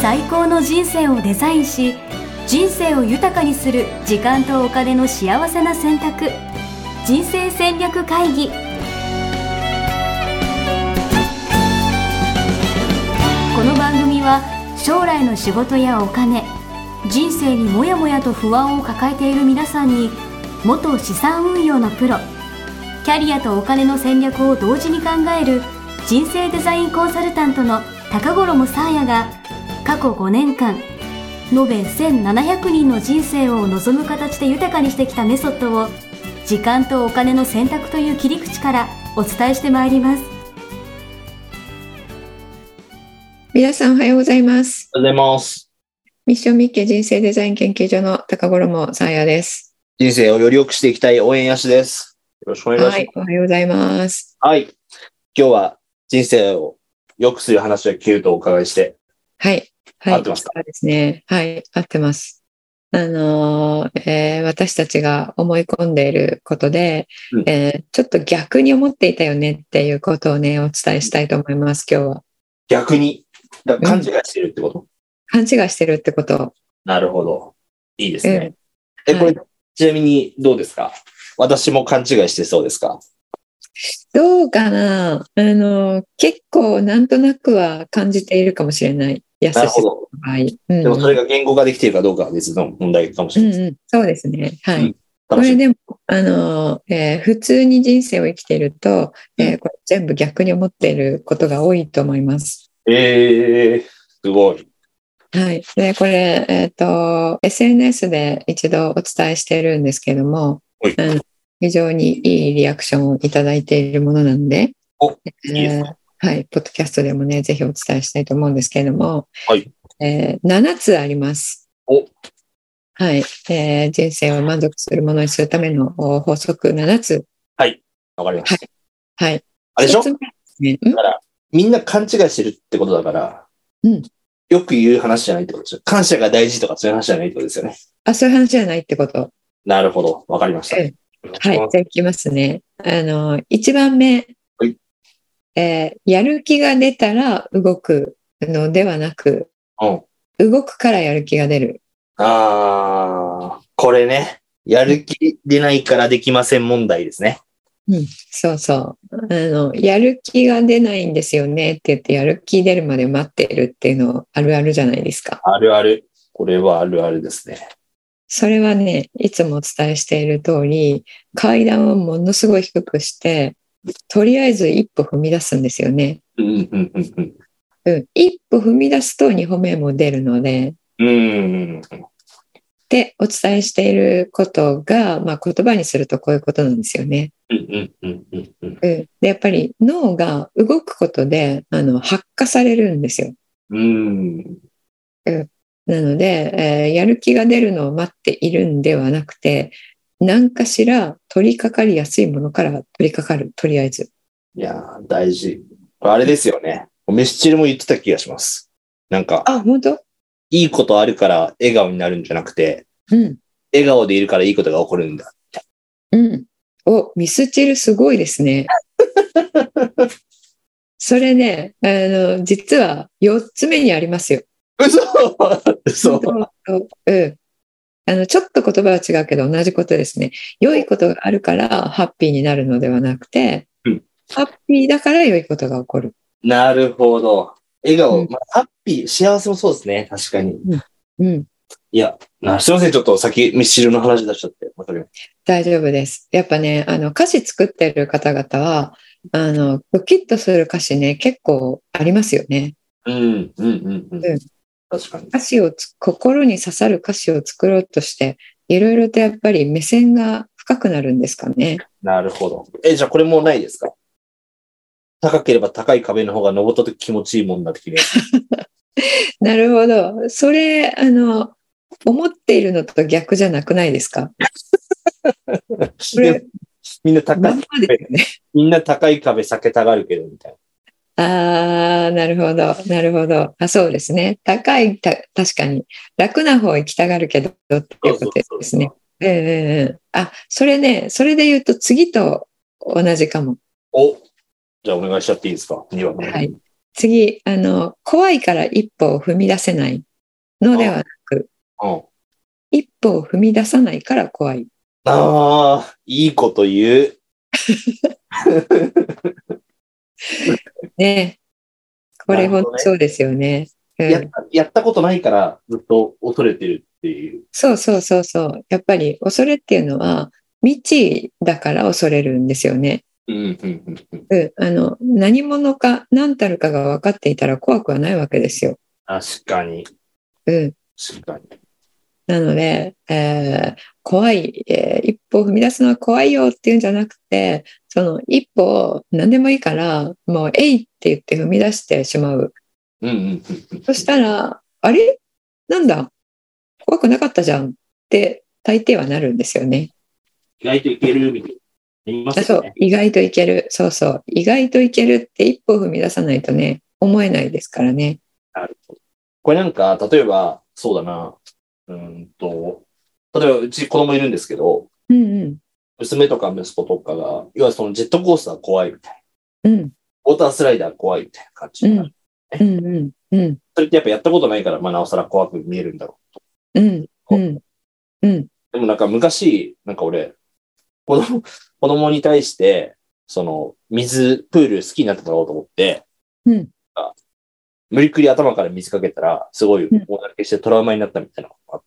最高の人生をデザインし、人生を豊かにする時間とお金の幸せな選択、人生戦略会議。この番組は将来の仕事やお金、人生にもやもやと不安を抱えている皆さんに、元資産運用のプロ、キャリアとお金の戦略を同時に考える人生デザインコンサルタントの高頃もさあやが、過去5年間延べ1700人の人生を望む形で豊かにしてきたメソッドを、時間とお金の選択という切り口からお伝えしてまいります。 皆さんおはようございます。 おはようございます。 ミッションミッケ人生デザイン研究所の高頃もさあやです。 人生をより良くしていきたい応援やしです。よろしくお願いします。 はい、おはようございます。 はい。今日は人生を良くする話を聞けるとお伺いして。 はい。はい、 合ってますか？ そうですね。はい、合ってます。私たちが思い込んでいることで、ちょっと逆に思っていたよねっていうことをね、お伝えしたいと思います、今日は。 逆に勘違いしてるってこと？ 勘違いしてるってこと。 なるほど。いいですね。これ、 はい、 ちなみにどうですか？私も勘違いしてそうですか？ どうかな。結構なんとなくは感じているかもしれない。優しさの場合。 でもそれが言語化できているかどうかは別の問題かもしれないです。 そうですね。はい。これでも、普通に人生を生きていると、これ全部逆に思っていることが多いと思います。 すごい。 はい。で、これ、SNS で一度お伝えしているんですけども、非常にいいリアクションをいただいているものなので、はい、ポッドキャストでもね、ぜひお伝えしたいと思うんですけれども、 はい、 7つあります。はい、人生を満足するものにするための法則7つ。 はい、わかりました。 はい。 あれでしょ？だからみんな勘違いしてるってことだから、よく言う話じゃないってことですよ。感謝が大事とかそういう話じゃないってことですよね。 あ、そういう話じゃないってこと。なるほど、わかりました。 はい、じゃあいきますね。1番目。やる気が出たら動くのではなく、動くからやる気が出る。 これね、やる気出ないからできません問題ですね。 そうそう。やる気が出ないんですよねって言って、やる気出るまで待ってるっていうのあるあるじゃないですか。 あるある。これはあるあるですね。 それはね、いつもお伝えしている通り、階段をものすごい低くして、とりあえず一歩踏み出すんですよね。一歩踏み出すと2歩目も出るので、でお伝えしていることが、言葉にするとこういうことなんですよね。でやっぱり脳が動くことで発火されるんですよ。なので、やる気が出るのを待っているんではなくて、何かしら取り掛かりやすいものから取り掛かる、とりあえず。 いやー、大事。あれですよね。メスチルも言ってた気がします。なんか、 本当？ いいことあるから笑顔になるんじゃなくて、笑顔でいるからいいことが起こるんだ。 ミスチルすごいですね。それね、実は4つ目にありますよ。 嘘ちょっと言葉は違うけど同じことですね。良いことがあるからハッピーになるのではなくて、ハッピーだから良いことが起こる。 なるほど。笑顔、ハッピー、幸せもそうですね。確かに。いや、すいません。ちょっと先、ミスチルの話出しちゃって。 大丈夫です。やっぱね、歌詞作ってる方々は、ドキッとする歌詞ね、結構ありますよね。 確かに。 歌詞を心に刺さる歌詞を作ろうとして、いろいろとやっぱり目線が深くなるんですかね。 なるほど。じゃあこれもないですか？高ければ高い壁の方が登った時気持ちいいもんなってきて。 なるほど。それ、思っているのと逆じゃなくないですか？ みんな高い壁、みんな高い壁避けたがるけど、みたいな。 なるほど、なるほど。そうですね。確かに楽な方行きたがるけどっていうことですね。それね、それで言うと次と同じかも。 じゃあお願いしちゃっていいですか？2番目。 はい。 次、怖いから一歩を踏み出せないのではなく、一歩を踏み出さないから怖い。 ああ、いいこと言う。 ね、これ本当そうですよね。 やったことないからずっと恐れてるっていう。 そうそうそうそう。やっぱり恐れっていうのは未知だから恐れるんですよね。何者か何たるかが分かっていたら怖くはないわけですよ。 確かに。 確かに。なので、怖い、一歩を踏み出すのは怖いよっていうんじゃなくて、その一歩を何でもいいからもうえいって言って踏み出してしまう。そしたら、あれなんだ怖くなかったじゃんって大抵はなるんですよね。 意外といけるみたいな。 そう、意外といける。そうそう。意外といけるって一歩踏み出さないとね、思えないですからね。 なるほど。これなんか、例えば、そうだな。例えば、うち子供いるんですけど、娘とか息子とかが、要はそのジェットコースター怖いみたいな。ウォータースライダー怖いみたいな感じになる、ね。それってやっぱやったことないから、なおさら怖く見えるんだろうと。でもなんか昔、なんか俺、子供に対して、その、プール好きになってもらおうと思って、無理くり頭から水かけたら、すごい大泣きしてトラウマになったみたいなことがあって。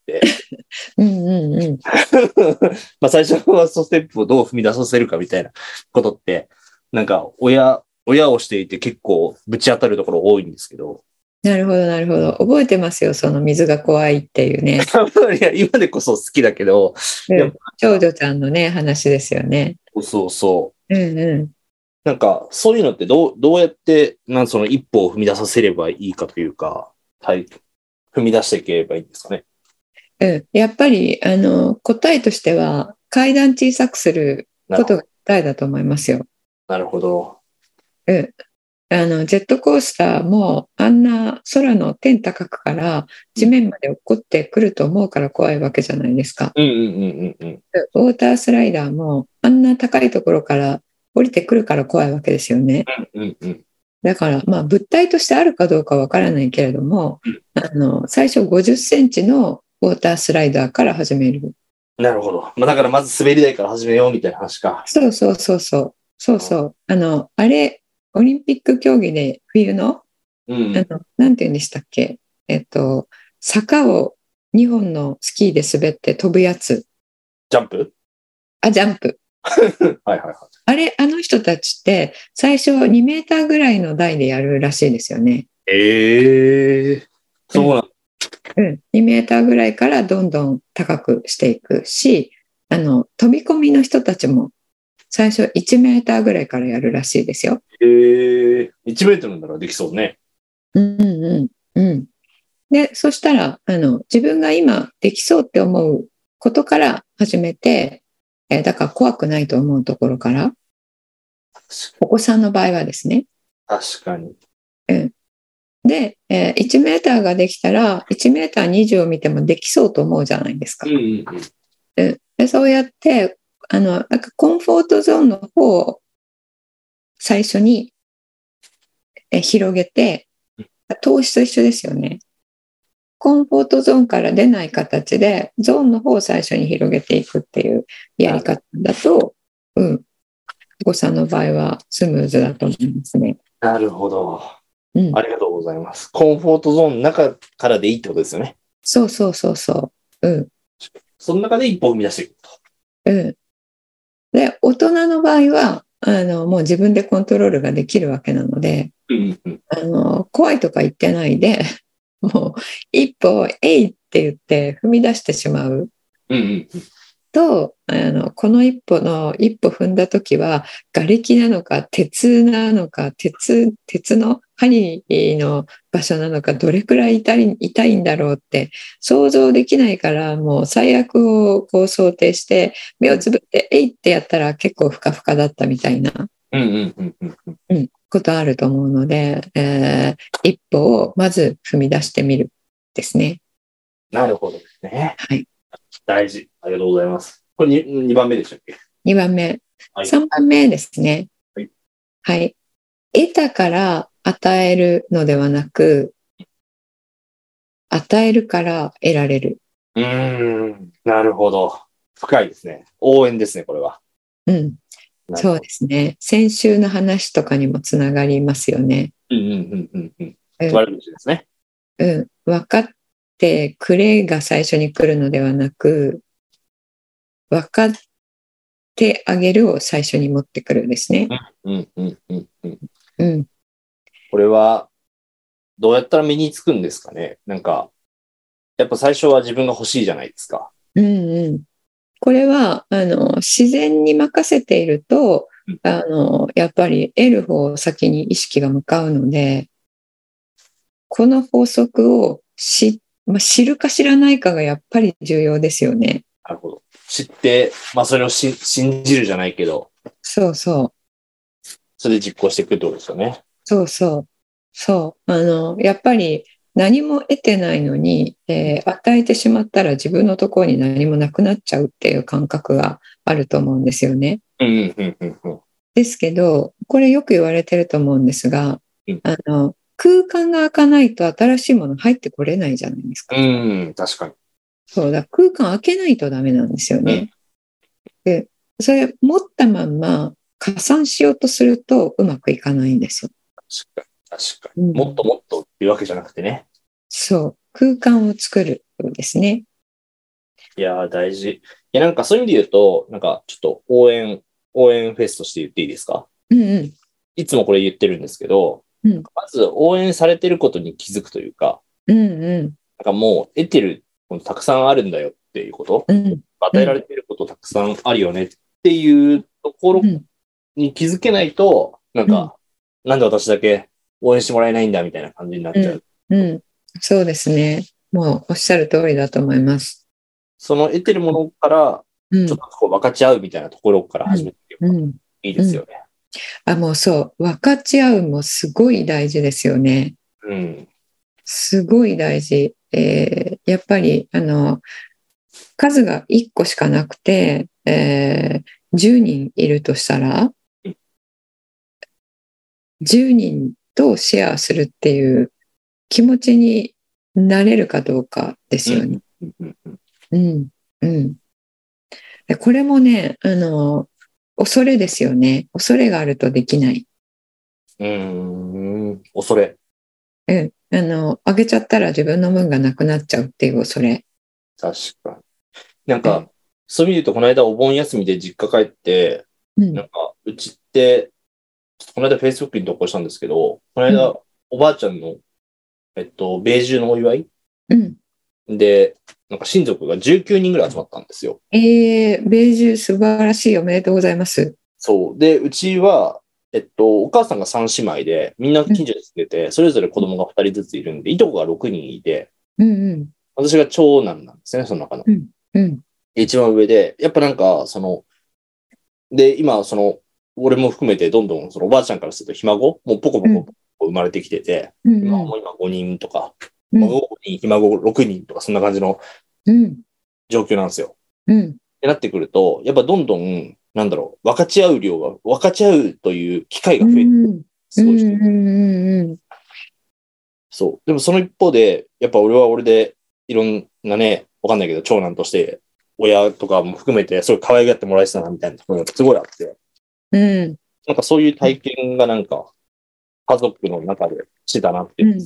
最初はステップをどう踏み出させるかみたいなことって、なんか親をしていて結構ぶち当たるところ多いんですけど。 なるほど、なるほど。覚えてますよ、その水が怖いっていうね。 いや、今でこそ好きだけど。 長女ちゃんのね、話ですよね。 そうそう。なんか、そういうのってどうやって、その一歩を踏み出させればいいかというか、踏み出していければいいんですかね。 やっぱり、答えとしては、階段小さくすることが答えだと思いますよ。 なるほど。 ジェットコースターもあんな空の天高くから地面まで落っこってくると思うから怖いわけじゃないですか。ウォータースライダーもあんな高いところから降りてくるから怖いわけですよね。だから物体としてあるかどうかわからないけれども、最初50センチのウォータースライダーから始める。 なるほど。だからまず滑り台から始めようみたいな話か。 そう。あれ、オリンピック競技で冬の、なんて言うんでしたっけ、坂を2本のスキーで滑って飛ぶやつ。 ジャンプ。 ジャンプ。あれ、あの人たちって最初2メーターぐらいの台でやるらしいですよね。 そうなんだ。 2メーターぐらいからどんどん高くしていくし、飛び込みの人たちも最初1メーターぐらいからやるらしいですよ。 1メートルならできそうね。 で、そしたら自分が今できそうって思うことから始めて、だから怖くないと思うところから、お子さんの場合はですね。 確かに。 で、1メーターができたら1メーター20を見てもできそうと思うじゃないですか。でそうやってなんかコンフォートゾーンの方を最初に広げて、投資と一緒ですよね。コンフォートゾーンから出ない形でゾーンの方を最初に広げていくっていうやり方だと、お子さんの場合はスムーズだと思いますね。 なるほど。ありがとうございます。コンフォートゾーンの中からでいいってことですよね。 そう。 その中で一歩踏み出していくと。 で、大人の場合は、もう自分でコントロールができるわけなので、怖いとか言ってないで、もう一歩、えいって言って踏み出してしまう。と、この一歩踏んだ時は瓦礫なのか鉄なのか鉄の針の場所なのかどれくらい痛いんだろうって想像できないから、もう最悪をこう想定して目をつぶってえいってやったら結構ふかふかだったみたいなことあると思うので、一歩をまず踏み出してみるですね。 なるほどですね。 はい。 大事。ありがとうございます。これ 2番目でしたっけ？ 2番目。3番目ですね。はい。得たから与えるのではなく、与えるから得られる。 なるほど。深いですね。応援ですね、これは。 うん。そうですね。先週の話とかにもつながりますよね。 悪口ですね。 分かってくれが最初に来るのではなく、分かってあげるを最初に持ってくるんですね。 これは、どうやったら身につくんですかね。なんか、やっぱ最初は自分が欲しいじゃないですか。 これは自然に任せていると、やっぱり得る方先に意識が向かうので、この法則を知るか知らないかがやっぱり重要ですよね。 なるほど。知って、それを信じるじゃないけど。 そう。それで実行していくってことですよね。 そう。やっぱり何も得てないのに、与えてしまったら自分のところに何もなくなっちゃうっていう感覚があると思うんですよね。ですけど、これよく言われてると思うんですが、空間が開かないと新しいもの入ってこれないじゃないですか。 確かに。 そうだ、空間開けないとダメなんですよね。で、それ持ったまんま加算しようとするとうまくいかないんですよ。 確かに。もっともっとっていうわけじゃなくてね。 そう。空間を作るですね。 いやー、大事。いや、なんかそういう意味で言うと、なんかちょっと応援フェスとして言っていいですか？いつもこれ言ってるんですけど、まず応援されてることに気づくというか、なんかもう得てるものたくさんあるんだよっていうこと、与えられてることたくさんあるよねっていうところに気づけないと、なんか、なんで私だけ応援してもらえないんだみたいな感じになっちゃう。 そうですね。もうおっしゃる通りだと思います。 その得てるものから、ちょっとこう分かち合うみたいなところから始めていけばいいですよね。 もうそう、分かち合うもすごい大事ですよね。すごい大事。やっぱり、数が1個しかなくて、10人いるとしたら、10人とシェアするっていう気持ちになれるかどうかですよね。これもね、恐れですよね。恐れがあるとできない。 恐れ。 あげちゃったら自分の分がなくなっちゃうっていう恐れ。 確かに。なんか、そういう意味で言うと、この間お盆休みで実家帰って、なんか、うちって、この間 Facebook に投稿したんですけど、この間、おばあちゃんの、米寿のお祝い、で、なんか親族が19人ぐらい集まったんですよ。 米寿素晴らしい。おめでとうございます。 そう。で、うちは、お母さんが3姉妹で、みんな近所に住んでて、それぞれ子供が2人ずついるんで、いとこが6人いて、私が長男なんですね、その中の。一番上で、やっぱなんか、で、今、俺も含めてどんどん、おばあちゃんからするとひ孫もうポコポコ生まれてきてて、今5人とか、5人、ひ孫6人とか、そんな感じの状況なんですよ。ってなってくると、やっぱどんどん、なんだろう、分かち合う量が、分かち合うという機会が増えてる。すごい人。そう。でもその一方で、やっぱ俺は俺で、いろんなね、わかんないけど、長男として、親とかも含めて、すごい可愛がってもらえてたな、みたいなところがすごいあって。なんかそういう体験がなんか、家族の中でしてたなっていう。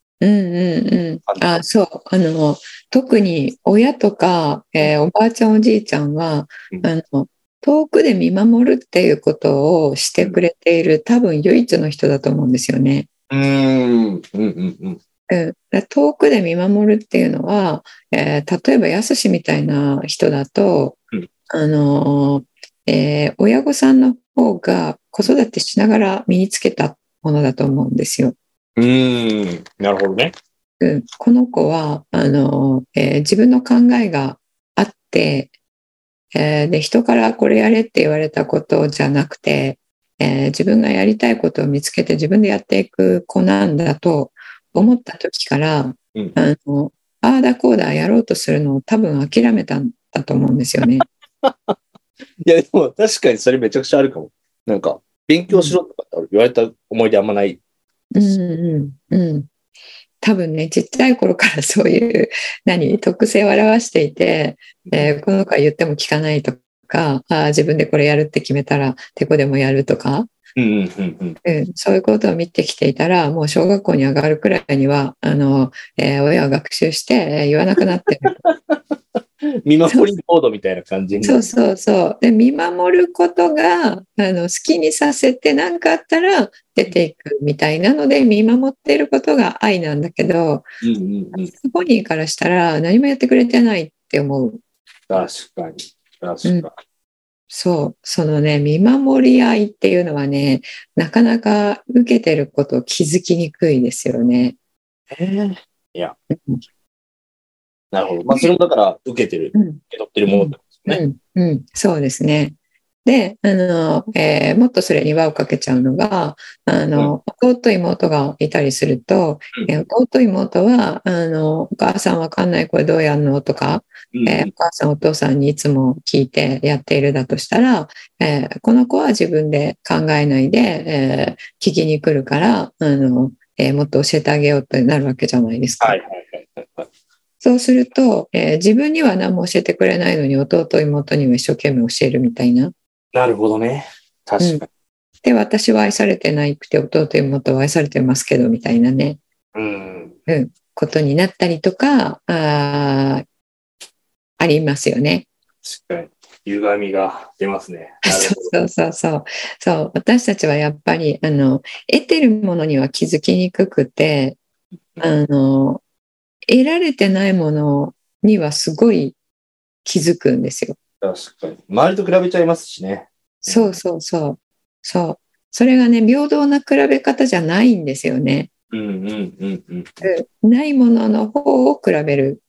そう。特に親とか、おばあちゃんおじいちゃんは、遠くで見守るっていうことをしてくれている、多分唯一の人だと思うんですよね。遠くで見守るっていうのは、例えばやすしみたいな人だと、親御さんの方が子育てしながら身につけたものだと思うんですよ。 なるほどね。 この子は自分の考えがあって、で人からこれやれって言われたことじゃなくて、自分がやりたいことを見つけて自分でやっていく子なんだと思った時から、ああだこうだやろうとするのを多分諦めたんだと思うんですよね。 いやでも確かにそれめちゃくちゃあるかも。なんか勉強しろとか言われた思い出あんまない多分ね、ちっちゃい頃からそういう特性を表していて、この子は言っても聞かないとか、自分でこれやるって決めたらてこでもやるとか、そういうことを見てきていたら、もう小学校に上がるくらいには親は学習して、言わなくなってる。 見守りモードみたいな感じに。 そうで、見守ることが好きにさせて、何かあったら出ていくみたいなので、見守っていることが愛なんだけど、本人からしたら何もやってくれてないって思う。 確かに。 そのね、見守り合いっていうのはね、なかなか受けてることを気づきにくいですよね。 いや。なるほど。それもだから受けてる、受け取ってるものですね。 そうですね。で、もっとそれに輪をかけちゃうのが、弟妹がいたりすると、弟妹は、お母さんわかんない、これどうやんのとか、お母さんお父さんにいつも聞いてやっているだとしたら、この子は自分で考えないで、聞きに来るから、もっと教えてあげようってなるわけじゃないですか。そうすると、自分には何も教えてくれないのに弟妹には一生懸命教えるみたいな。 なるほどね。確かに。 で、私は愛されてなくて弟妹は愛されてますけどみたいなね。ことになったりとかありますよね。 確かに。歪みが出ますね。 そう。私たちはやっぱり得てるものには気づきにくくて、得られてないものにはすごい気づくんですよ。 確かに。周りと比べちゃいますしね。 そう。それがね、平等な比べ方じゃないんですよね。ないものの方を比べる。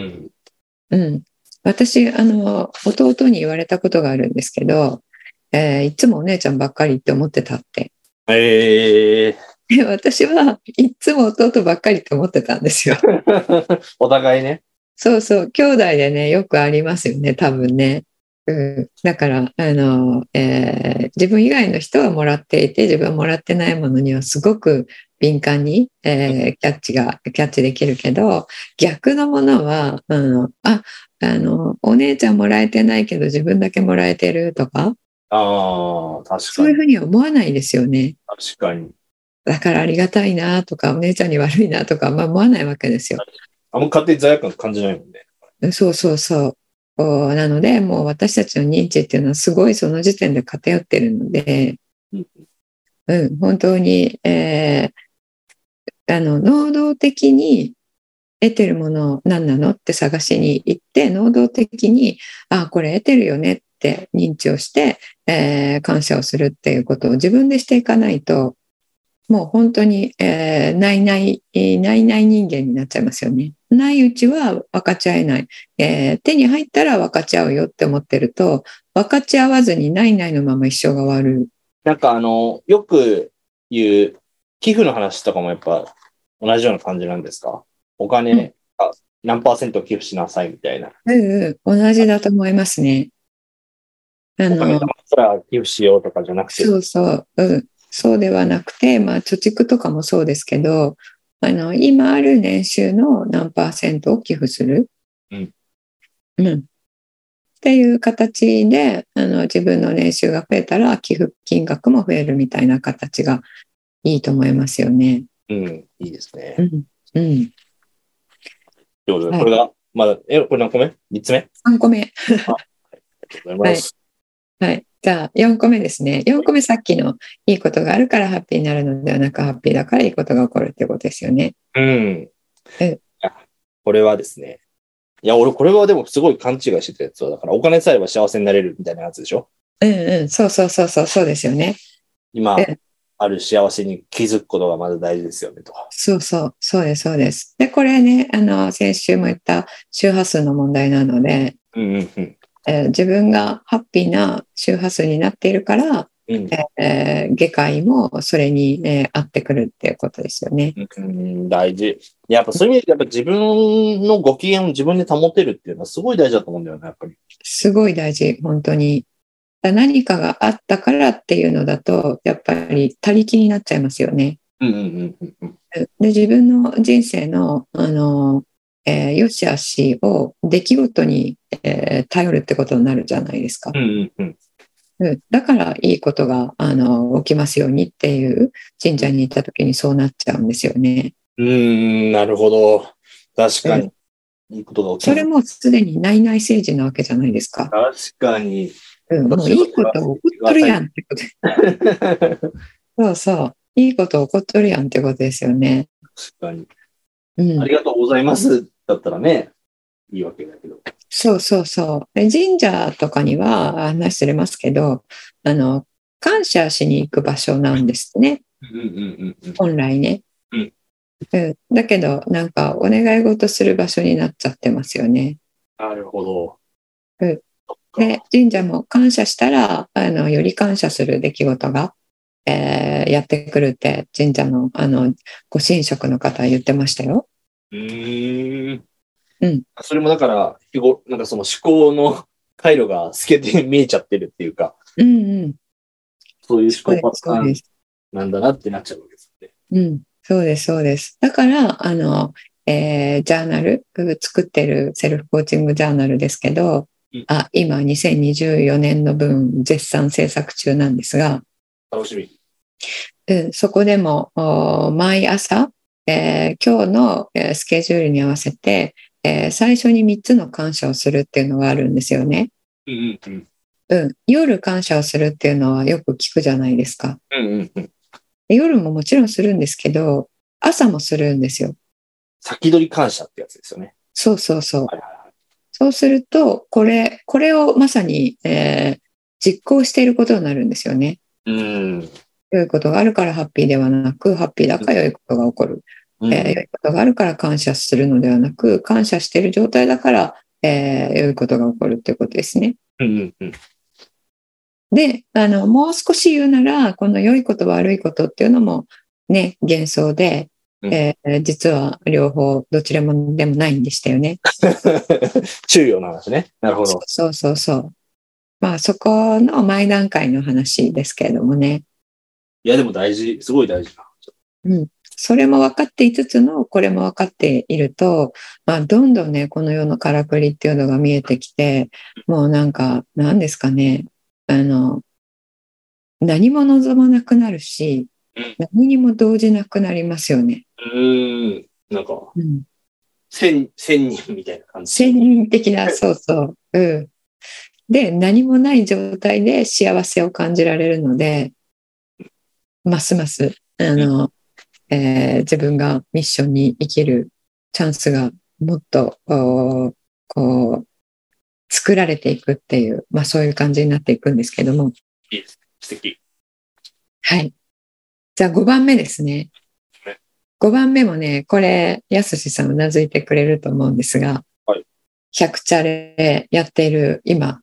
私、弟に言われたことがあるんですけど、いつもお姉ちゃんばっかりって思ってたって。で、私はいつも弟ばっかりと思ってたんですよ。 お互いね。 そう、兄弟でね、よくありますよね、多分ね。だから自分以外の人はもらっていて、自分はもらってないものにはすごく敏感に、キャッチできるけど、逆のものはお姉ちゃんもらえてないけど自分だけもらえてるとか、 確かにそういうふうには思わないですよね。 確かに。 だからありがたいなとか、お姉ちゃんに悪いなとか、思わないわけですよ。 あんま勝手に罪悪感感じないもんね。 そうなので、もう私たちの認知っていうのはすごいその時点で偏ってるので、本当に、能動的に得てるもの何なのって探しに行って、能動的にこれ得てるよねって認知をして、感謝をするっていうことを自分でしていかないと、もう本当に、ないない人間になっちゃいますよね。ないうちは分かち合えない、手に入ったら分かち合うよって思ってると、分かち合わずにないのまま一生が終わる。 なんかよく言う寄付の話とかもやっぱ同じような感じなんですか？お金何%寄付しなさいみたいな。 同じだと思いますね。 お金貯まったら寄付しようとかじゃなくて。 そうではなくて、貯蓄とかもそうですけど、今ある年収の何%を寄付する、っていう形で自分の年収が増えたら寄付金額も増えるみたいな形がいいと思いますよね。 いいですね。これがまだこれ何個目 ?3 つ目 ?3 個目。 ありがとうございます。 じゃあ4個目ですね。4個目、さっきのいいことがあるからハッピーになるのではなく、ハッピーだからいいことが起こるってことですよね。 これはですね。いや、俺これはでもすごい勘違いしてたやつは、だからお金さえあれば幸せになれるみたいなやつでしょ？ そうですよね。 今ある幸せに気づくことがまず大事ですよねと。 そうです。で、これね、先週も言った周波数の問題なので、自分がハッピーな周波数になっているから、外界もそれに、合ってくるっていうことですよね。 大事。やっぱそういう意味でやっぱ自分のご機嫌を自分で保てるっていうのはすごい大事だと思うんだよね、やっぱり。 すごい大事、本当に。何かがあったからっていうのだと、やっぱり他力になっちゃいますよね。 で、自分の人生の、良し悪しを出来事に、頼るってことになるじゃないですか。だからいいことが起きますようにっていう神社に行った時にそうなっちゃうんですよね。 なるほど。確かに。いいことが起きます。 それもすでに内々政治なわけじゃないですか。 確かに。 もういいこと起こっとるやんってこと。そうそう。いいこと起こっとるやんってことですよね。 確かに。ありがとうございますだったらね、いいわけだけど。 そうそうそう。神社とかには話すれますけど、感謝しに行く場所なんですね。本来ね。だけど、なんかお願い事する場所になっちゃってますよね。 なるほど。 で、神社も感謝したら、より感謝する出来事が、やってくるって神社のご神職の方は言ってましたよ。 それもだからなんかその思考の回路が透けて見えちゃってるっていうか、そういう思考パターンなんだなってなっちゃうわけですね。そうですそうです。だからジャーナル作ってるセルフコーチングジャーナルですけど、今2024年の分絶賛制作中なんですが、 楽しみ。 そこでも毎朝、今日のスケジュールに合わせて、最初に3つの感謝をするっていうのがあるんですよね。夜感謝をするっていうのはよく聞くじゃないですか。夜ももちろんするんですけど、朝もするんですよ。 先取り感謝ってやつですよね。 そうそうそう。そうすると、これをまさに、実行していることになるんですよね。良いことがあるからハッピーではなく、ハッピーだから良いことが起こる。良いことがあるから感謝するのではなく、感謝している状態だから、良いことが起こるということですね。で、もう少し言うなら、この良いこと悪いことっていうのもね、幻想で、実は両方どちらもでもないんでしたよね。 中庸な話ね。なるほど。 そうそうそう。まあそこの前段階の話ですけれどもね。 いやでも大事、すごい大事な。 それも分かっていつつのこれも分かっていると、まあどんどんねこの世のからくりっていうのが見えてきて、もうなんか何ですかね、何も望まなくなるし、何にも動じなくなりますよね。 なんか、千人みたいな感じ。 千人的な、そうそう。で、何もない状態で幸せを感じられるので、ますます自分がミッションに生きるチャンスがもっとこう作られていくっていう、まあそういう感じになっていくんですけども。 いいです。素敵。 はい。じゃあ5番目ですね。5番目もね、これ、やすしさんうなずいてくれると思うんですが、100チャレやっている今、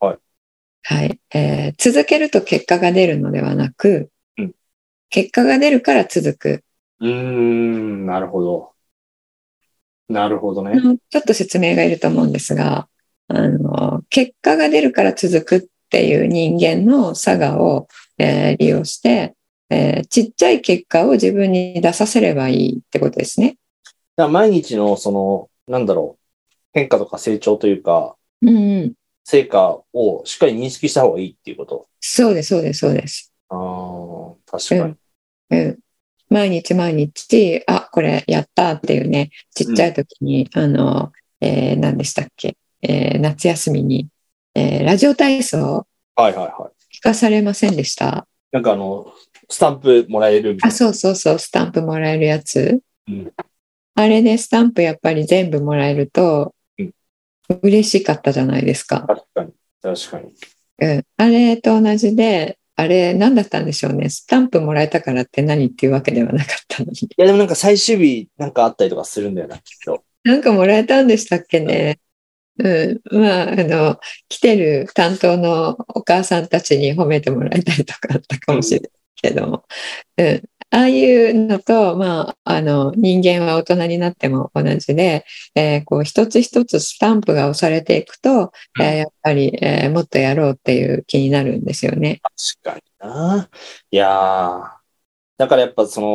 続けると結果が出るのではなく、結果が出るから続く。 なるほど。なるほどね。 ちょっと説明がいると思うんですが、結果が出るから続くっていう人間の差がを、利用して、ちっちゃい結果を自分に出させればいいってことですね。 だから毎日の変化とか成長というか、成果をしっかり認識した方がいいっていうこと。 そうです、そうです、そうです。 確かに。 毎日毎日、これやったっていうね、ちっちゃい時に、何でしたっけ、夏休みに、ラジオ体操聞かされませんでした？ なんかスタンプもらえるみたいな。 そうそうそう、スタンプもらえるやつ。あれでスタンプやっぱり全部もらえると、嬉しかったじゃないですか。 確かに、確かに。 あれと同じで、あれ何だったんでしょうね。スタンプもらえたからって何っていうわけではなかったのに。いやでもなんか最終日なんかあったりとかするんだよな、きっと。 なんかもらえたんでしたっけね。まあ、来てる担当のお母さんたちに褒めてもらえたりとかあったかもしれないけども。ああいうのと、まあ、人間は大人になっても同じで、こう一つ一つスタンプが押されていくと、やっぱり、もっとやろうっていう気になるんですよね。 確かにな。いやー、だからやっぱ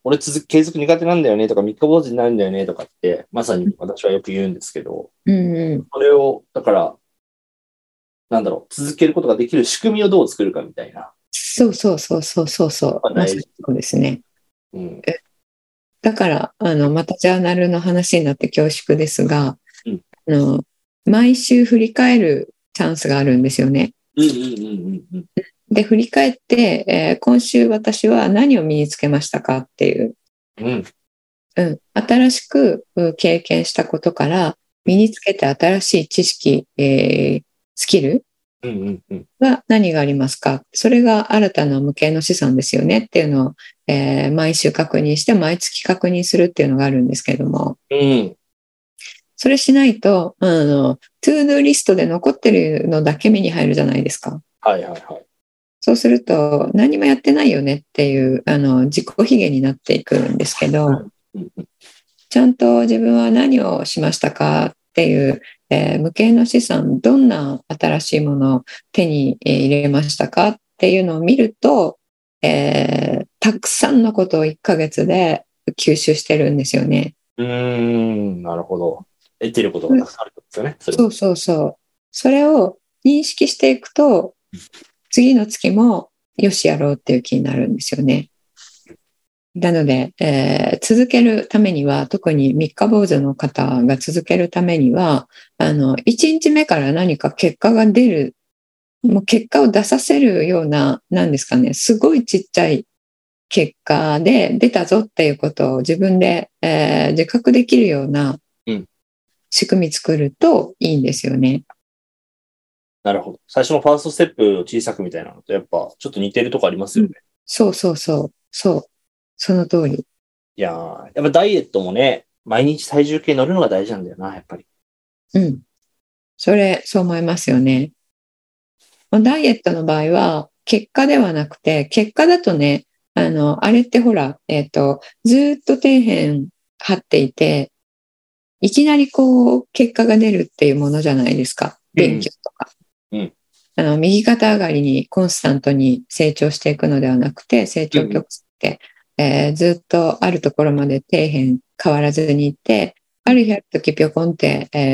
俺継続苦手なんだよねとか、三日坊主になるんだよねとかって、まさに私はよく言うんですけど、それを、だから、なんだろう、続けることができる仕組みをどう作るかみたいな。 そう。まさにそうですね。だから、またジャーナルの話になって恐縮ですが、毎週振り返るチャンスがあるんですよね。で、振り返って、今週私は何を身につけましたかっていう、新しく経験したことから身につけて新しい知識、スキルは何がありますか、それが新たな無形の資産ですよねっていうのを、毎週確認して毎月確認するっていうのがあるんですけれども、それしないとトゥードゥリストで残ってるのだけ目に入るじゃないですか。そうすると何もやってないよねっていう自己卑下になっていくんですけど、ちゃんと自分は何をしましたかっていう、無形の資産、どんな新しいものを手に入れましたかっていうのを見ると、たくさんのことを1ヶ月で吸収してるんですよね。 なるほど。得てることがたくさんあるんですよね。 そう。それを認識していくと、次の月もよしやろうっていう気になるんですよね。なので、続けるためには、特に三日坊主の方が続けるためには、1日目から何か結果が出る、もう結果を出させるような、なんですかね、すごいちっちゃい結果で出たぞっていうことを自分で、自覚できるような仕組み作るといいんですよね。 なるほど。最初のファーストステップを小さくみたいなのと、やっぱちょっと似てるとこありますよね。 そう。その通り。 いやー、やっぱダイエットもね、毎日体重計乗るのが大事なんだよな、やっぱり。 そう思いますよね。ダイエットの場合は、結果ではなくて、結果だとね、あれってほら、ずっと底辺張っていて、いきなりこう、結果が出るっていうものじゃないですか。勉強とか。右肩上がりにコンスタントに成長していくのではなくて、成長曲線って、ずっとあるところまで底辺変わらずにいって、ある日ある時ピョコンって、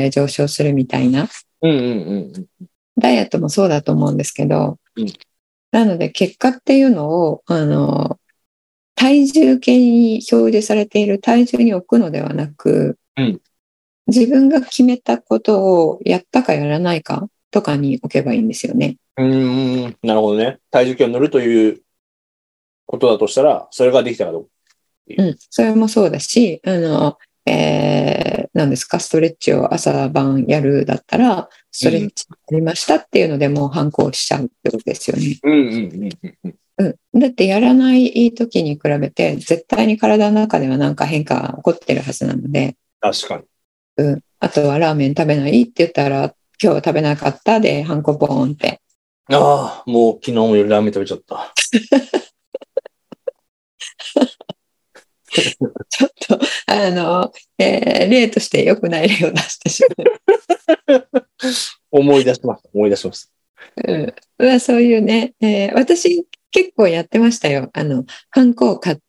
上昇するみたいな。ダイエットもそうだと思うんですけど、なので結果っていうのを体重計に表示されている体重に置くのではなく、自分が決めたことをやったかやらないかとかに置けばいいんですよね。 なるほどね。体重計を乗るということだとしたら、それができたらどう？ それもそうだし、何ですか、ストレッチを朝晩やるだったら、ストレッチやりましたっていうのでもう反抗しちゃうってことですよね。だってやらない時に比べて、絶対に体の中では何か変化が起こってるはずなので。 確かに。 あとはラーメン食べないって言ったら、今日は食べなかったで、ハンコポーンって。 もう昨日も夜ラーメン食べちゃった。 ちょっと、例として良くない例を出してしまう。 思い出しました。 そういうね、私結構やってましたよ。ハンコを買って。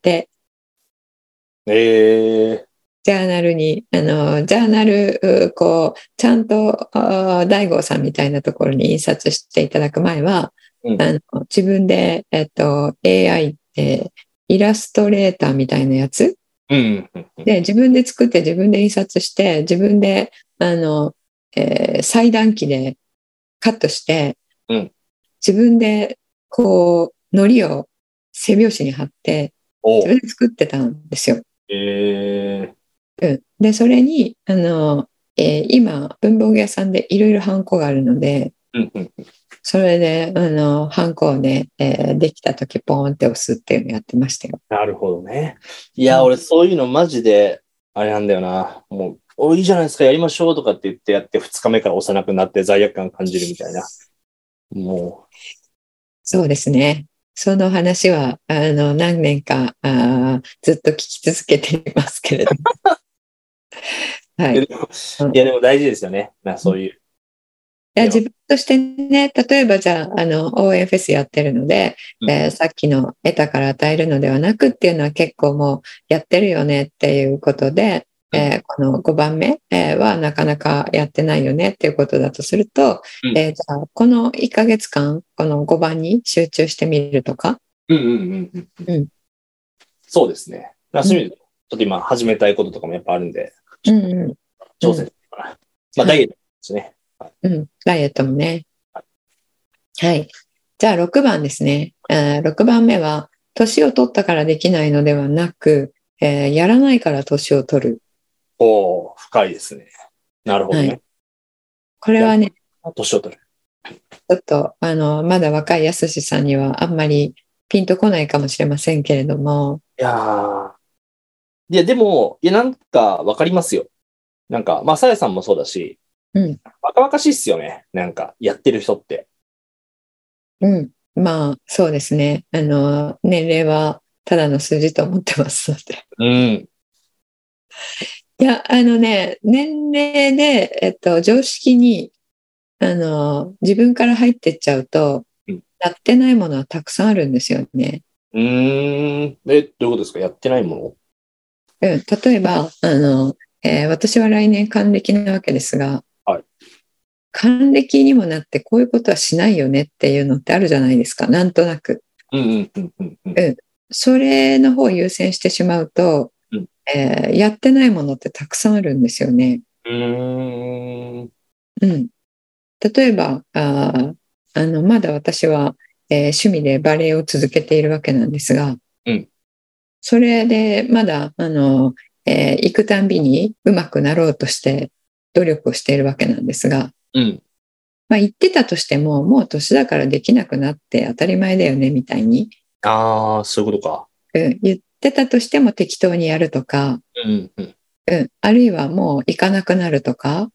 ジャーナルに、ジャーナル、こう、ちゃんと、大悟さんみたいなところに印刷していただく前は、自分で、AI で、イラストレーターみたいなやつ、で、自分で作って自分で印刷して、自分で、裁断機でカットして、自分で、こう、糊を背拍子に貼って、自分で作ってたんですよ。で、それに、今、文房具屋さんでいろいろハンコがあるので、それで、ハンコをね、できたとき、ポーンって押すっていうのやってましたよ。 なるほどね。いや、俺、そういうのマジで、あれなんだよな。もう、いいじゃないですか、やりましょうとかって言ってやって、2日目から押さなくなって罪悪感感じるみたいな。もう。 そうですね。その話は、何年かずっと聞き続けていますけれども。 はい。いや、でも大事ですよね。そういう。 自分としてね、例えばじゃあ、応援フェスやってるので、さっきの得たから与えるのではなくっていうのは結構もうやってるよねっていうことで、この5番目、はなかなかやってないよねっていうことだとすると、じゃあこの1ヶ月間、この5番に集中してみるとか。 そうですね。ちょっと今始めたいこととかもやっぱあるんで、挑戦かな。まあ、ダイエットですね。 ダイエットもね。はい。じゃあ6番ですね。6番目は、年を取ったからできないのではなく、やらないから年を取る。 おー、深いですね。なるほどね。 これはね、 年を取る。 ちょっと、まだ若いやすしさんにはあんまりピンとこないかもしれませんけれども。 いや、でも、なんかわかりますよ。なんか、まあ、さやさんもそうだし、若々しいっすよね。なんか、やってる人って。 まあ、そうですね。年齢はただの数字と思ってますので。いや、年齢で、常識に、自分から入ってっちゃうと、やってないものはたくさんあるんですよね。 どういうことですか？やってないもの？例えば、私は来年還暦なわけですが、還暦にもなってこういうことはしないよねっていうのってあるじゃないですか、なんとなく。それの方を優先してしまうと、やってないものってたくさんあるんですよね。例えばまだ私は、趣味でバレエを続けているわけなんですが、それでまだ行くたんびにうまくなろうとして努力をしているわけなんですが、まあ、言ってたとしてももう年だからできなくなって当たり前だよねみたいに、 そういうことか。 言ってたとしても適当にやるとか、あるいはもう行かなくなるとか、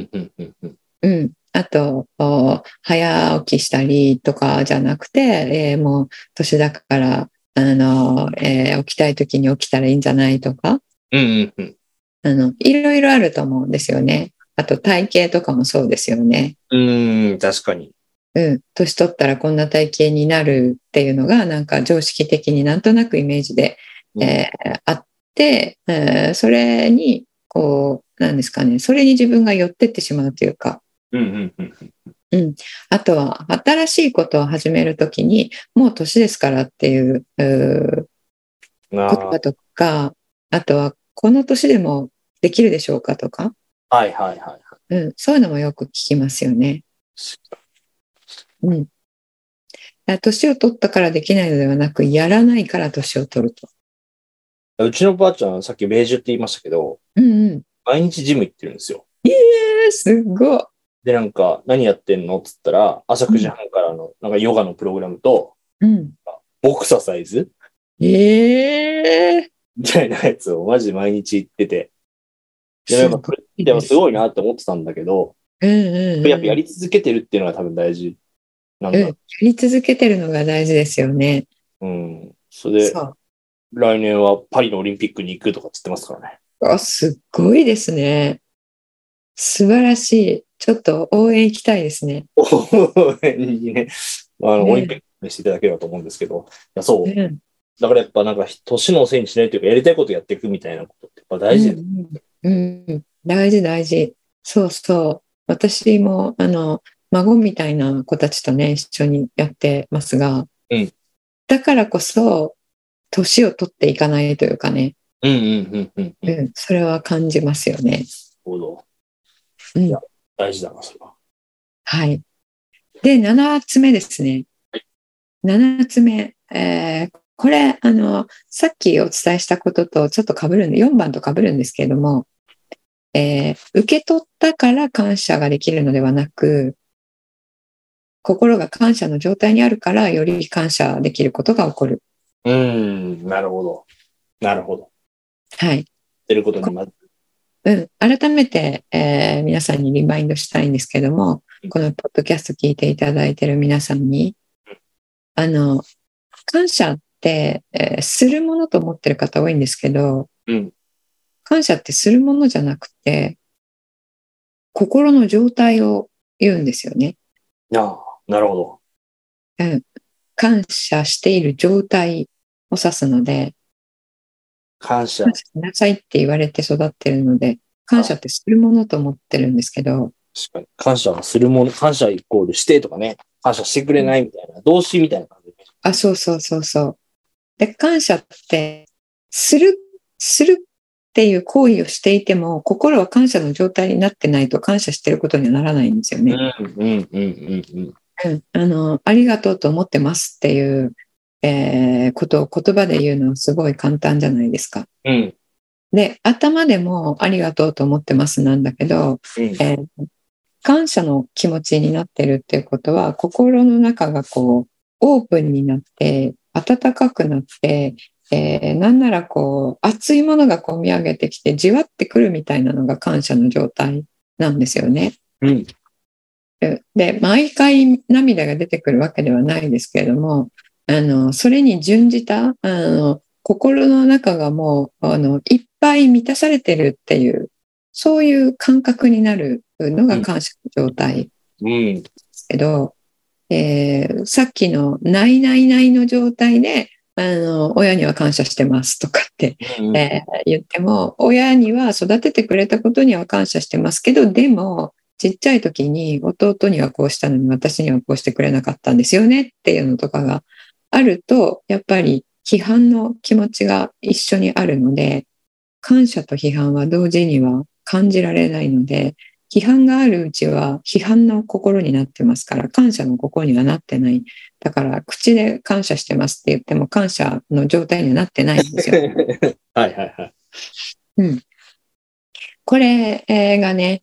あと早起きしたりとかじゃなくて、もう年だから起きたい時に起きたらいいんじゃないとか、いろいろあると思うんですよね。あと体型とかもそうですよね。 確かに。 年取ったらこんな体型になるっていうのがなんか常識的になんとなくイメージで、あって、それにこうなんですかね、それに自分が寄ってってしまうというか、あとは新しいことを始めるときにもう年ですからっていう言葉とか、あとはこの年でもできるでしょうかとか、そういうのもよく聞きますよね。年を取ったからできないのではなく、やらないから年を取ると。 うちのばあちゃん、さっきベージュって言いましたけど、毎日ジム行ってるんですよ。 すごい。 で、なんか、何やってんのっつったら、朝9時半からの、なんかヨガのプログラムと、ボクササイズみたいなやつをマジで毎日行ってて。でもすごいなって思ってたんだけど、やっぱやり続けてるっていうのが多分大事なんだ。やり続けてるのが大事ですよね。 それで、来年はパリのオリンピックに行くとかって言ってますからね。 すっごいですね。素晴らしい。ちょっと応援行きたいですね。 応援にね、オリンピックにしていただければと思うんですけど、そう。だからやっぱなんか年のせいにしないというか、やりたいことやっていくみたいなことってやっぱ大事です。 大事大事。そうそう。私も孫みたいな子たちとね一緒にやってますが、だからこそ年を取っていかないというかね、それは感じますよね。なるほど。いや、大事だな、それは。 はい。で、7つ目ですね。7つ目。これ、さっきお伝えしたこととちょっと被るんで、4番と被るんですけれども、受け取ったから感謝ができるのではなく、心が感謝の状態にあるからより感謝できることが起こる。 なるほど。なるほど。 はい。 てることにまず。 改めて、皆さんにリマインドしたいんですけども、このポッドキャスト聞いていただいている皆さんに、感謝って、するものと思ってる方多いんですけど、感謝ってするものじゃなくて、心の状態を言うんですよね。 ああ、なるほど。 感謝している状態を指すので、 感謝しなさいって言われて育ってるので、感謝ってするものと思ってるんですけど。 確かに。感謝するもの、感謝イコールしてとかね、感謝してくれないみたいな、動詞みたいな感じで。 そうそうそうそう。で、感謝って、するっていう行為をしていても、心は感謝の状態になってないと感謝してることにはならないんですよね。ありがとうと思ってますっていう、ことを言葉で言うのはすごい簡単じゃないですか。で、頭でもありがとうと思ってますなんだけど、感謝の気持ちになってるっていうことは、心の中がこう、オープンになって、温かくなって、なんならこう、熱いものがこみ上げてきて、じわってくるみたいなのが感謝の状態なんですよね。で、毎回涙が出てくるわけではないですけれども、それに準じた、心の中がもう、いっぱい満たされてるっていう、そういう感覚になるのが感謝の状態ですけど、さっきのないないないの状態で、親には感謝してますとかって、言っても、親には育ててくれたことには感謝してますけど、でも、ちっちゃい時に弟にはこうしたのに私にはこうしてくれなかったんですよねっていうのとかがあると、やっぱり批判の気持ちが一緒にあるので、感謝と批判は同時には感じられないので、批判があるうちは批判の心になってますから、感謝の心にはなってない。だから口で感謝してますって言っても感謝の状態にはなってないんですよ。 はいはいはい。 これがね、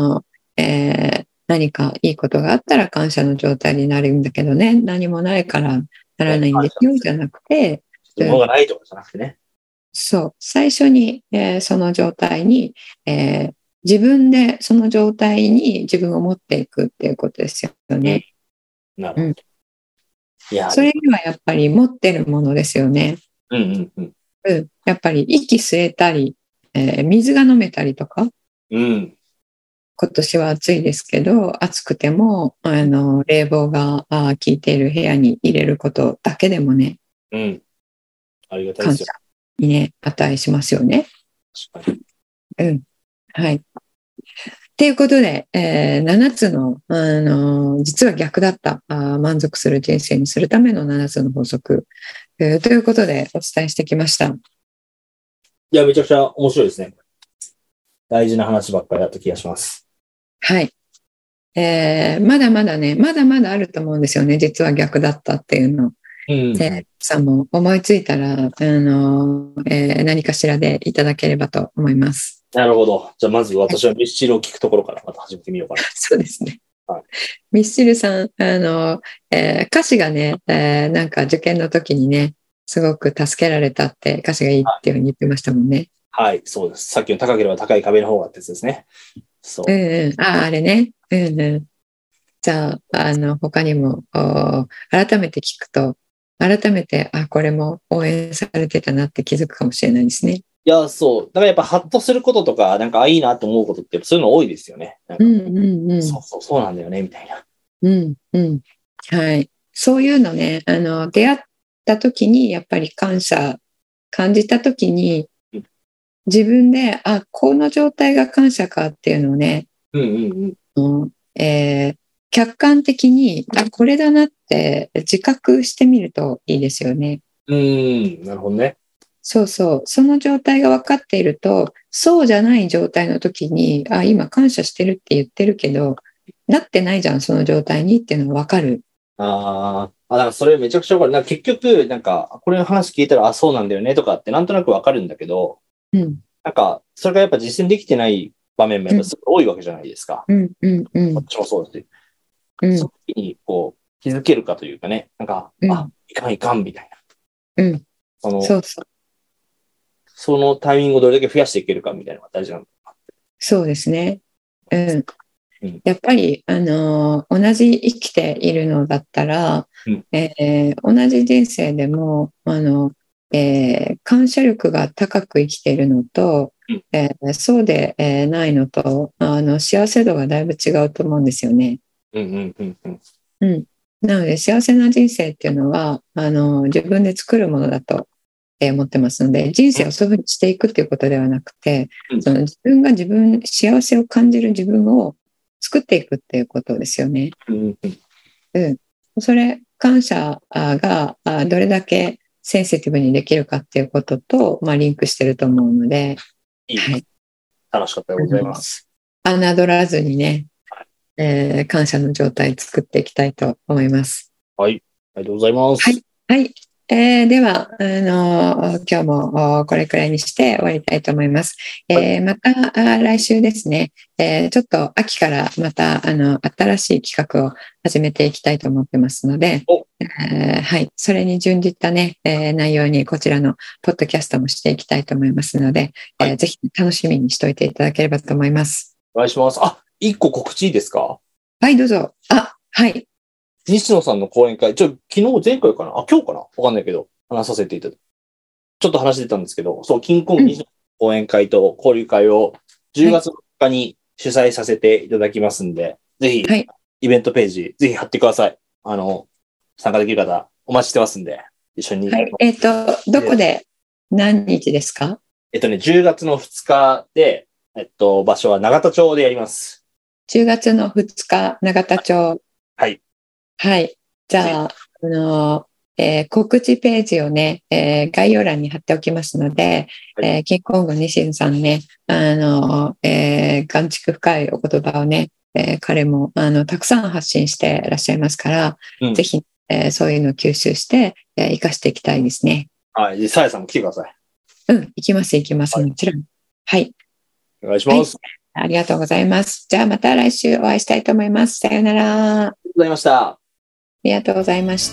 何かいいことがあったら感謝の状態になるんだけどね、何もないからならないんですよ、じゃなくて、 物がないとかじゃなくてね。 そう、最初に、その状態に、自分でその状態に自分を持っていくっていうことですよね。 なるほど。 それにはやっぱり持ってるものですよね。やっぱり息吸えたり、水が飲めたりとか、今年は暑いですけど、暑くても冷房が効いている部屋に入れることだけでもね、 ありがたいですよ。 感謝にね、値しますよね。 確かに。 はい。ということで、7つの、実は逆だった満足する人生にするための7つの法則、ということでお伝えしてきました。いや、めちゃくちゃ面白いですね。大事な話ばっかりだった気がします。 はい。まだまだね、まだまだあると思うんですよね。実は逆だったっていうの。さんも思いついたら、何かしらでいただければと思います。 なるほど。じゃあまず私はミスチルを聞くところからまた始めてみようかな。 そうですね。ミスチルさん、歌詞がね、なんか受験の時にね、すごく助けられたって歌詞がいいっていうふうに言ってましたもんね。 はい、そうです。さっきの高ければ高い壁の方がってやつですね。そう。 あれね。じゃあ、他にも、改めて聞くと、改めて、これも応援されてたなって気づくかもしれないですね。 いや、そう。だからやっぱハッとすることとか、なんかいいなと思うことってそういうの多いですよね。そうなんだよね、みたいな。 はい。そういうのね、出会った時に、やっぱり感謝、感じた時に、自分で、この状態が感謝かっていうのをね、客観的に、これだなって自覚してみるといいですよね。 なるほどね。 そうそう。その状態が分かっていると、そうじゃない状態の時に、今感謝してるって言ってるけど、なってないじゃん、その状態にっていうのが分かる。 だからそれめちゃくちゃ分かる。なんか結局、なんか、これの話聞いたら、そうなんだよねとかってなんとなく分かるんだけど、なんか、それがやっぱ実践できてない場面もやっぱすごい多いわけじゃないですか。こっちもそうだし。その時に、こう、気づけるかというかね、なんか、いかんいかんみたいな。そのタイミングをどれだけ増やしていけるかみたいなのが大事なのかな。 そうですね。やっぱり、同じ生きているのだったら、同じ人生でも、感謝力が高く生きているのと、そうでないのと、幸せ度がだいぶ違うと思うんですよね。 なので幸せな人生っていうのは自分で作るものだと思ってますので、人生をそういうふうにしていくっていうことではなくて、その自分が幸せを感じる自分を作っていくっていうことですよね。それ感謝がどれだけセンシティブにできるかっていうことと、リンクしてると思うので、 はい、楽しかったでございます。 侮らずにね、感謝の状態作っていきたいと思います。 はい、ありがとうございます。 はい、はい。では今日もこれくらいにして終わりたいと思います。また来週ですね、ちょっと秋からまた新しい企画を始めていきたいと思ってますので、はい、それに準じたね、内容にこちらのポッドキャストもしていきたいと思いますので、ぜひ楽しみにしておいていただければと思います。 お願いします。一個告知いいですか？ はい、どうぞ。はい。 西野さんの講演会、昨日前回かな？今日かな？わかんないけど、話させていただいて。ちょっと話出たんですけど、キングコング西野講演会と交流会を10月4日に主催させていただきますんで、ぜひ、イベントページ、ぜひ貼ってください。参加できる方、お待ちしてますんで、一緒に。 はい。どこで何日ですか ？10月の2日で、場所は永田町でやります。 10月の2日、永田町。 はい。 はい。じゃあ、告知ページをね、概要欄に貼っておきますので、キングコング西野さんね、眼蓄深いお言葉をね、彼もたくさん発信していらっしゃいますから、ぜひ、そういうのを吸収して、活かしていきたいですね。 はい。さやさんも来てください。 行きます、もちろん。はい。 お願いします。 ありがとうございます。じゃあまた来週お会いしたいと思います。さようなら。 ありがとうございました。 ありがとうございました。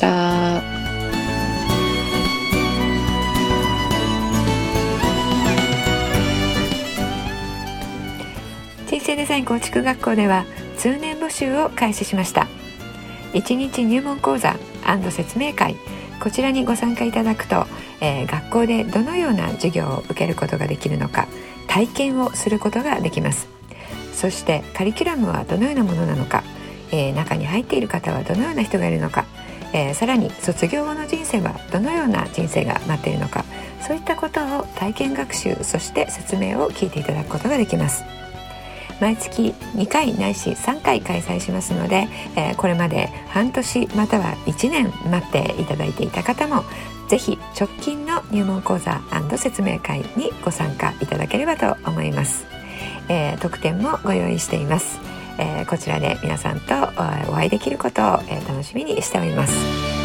人生デザイン構築学校では通年募集を開始しました。1日入門講座&説明会、こちらにご参加いただくと、学校でどのような授業を受けることができるのか、体験をすることができます。そしてカリキュラムはどのようなものなのか、中に入っている方はどのような人がいるのか、さらに卒業後の人生はどのような人生が待っているのか、そういったことを体験学習、そして説明を聞いていただくことができます。毎月2回ないし3回開催しますので、これまで半年または1年待っていただいていた方も、ぜひ直近の入門講座&説明会にご参加いただければと思います。特典もご用意しています。こちらで皆さんとお会いできることを楽しみにしております。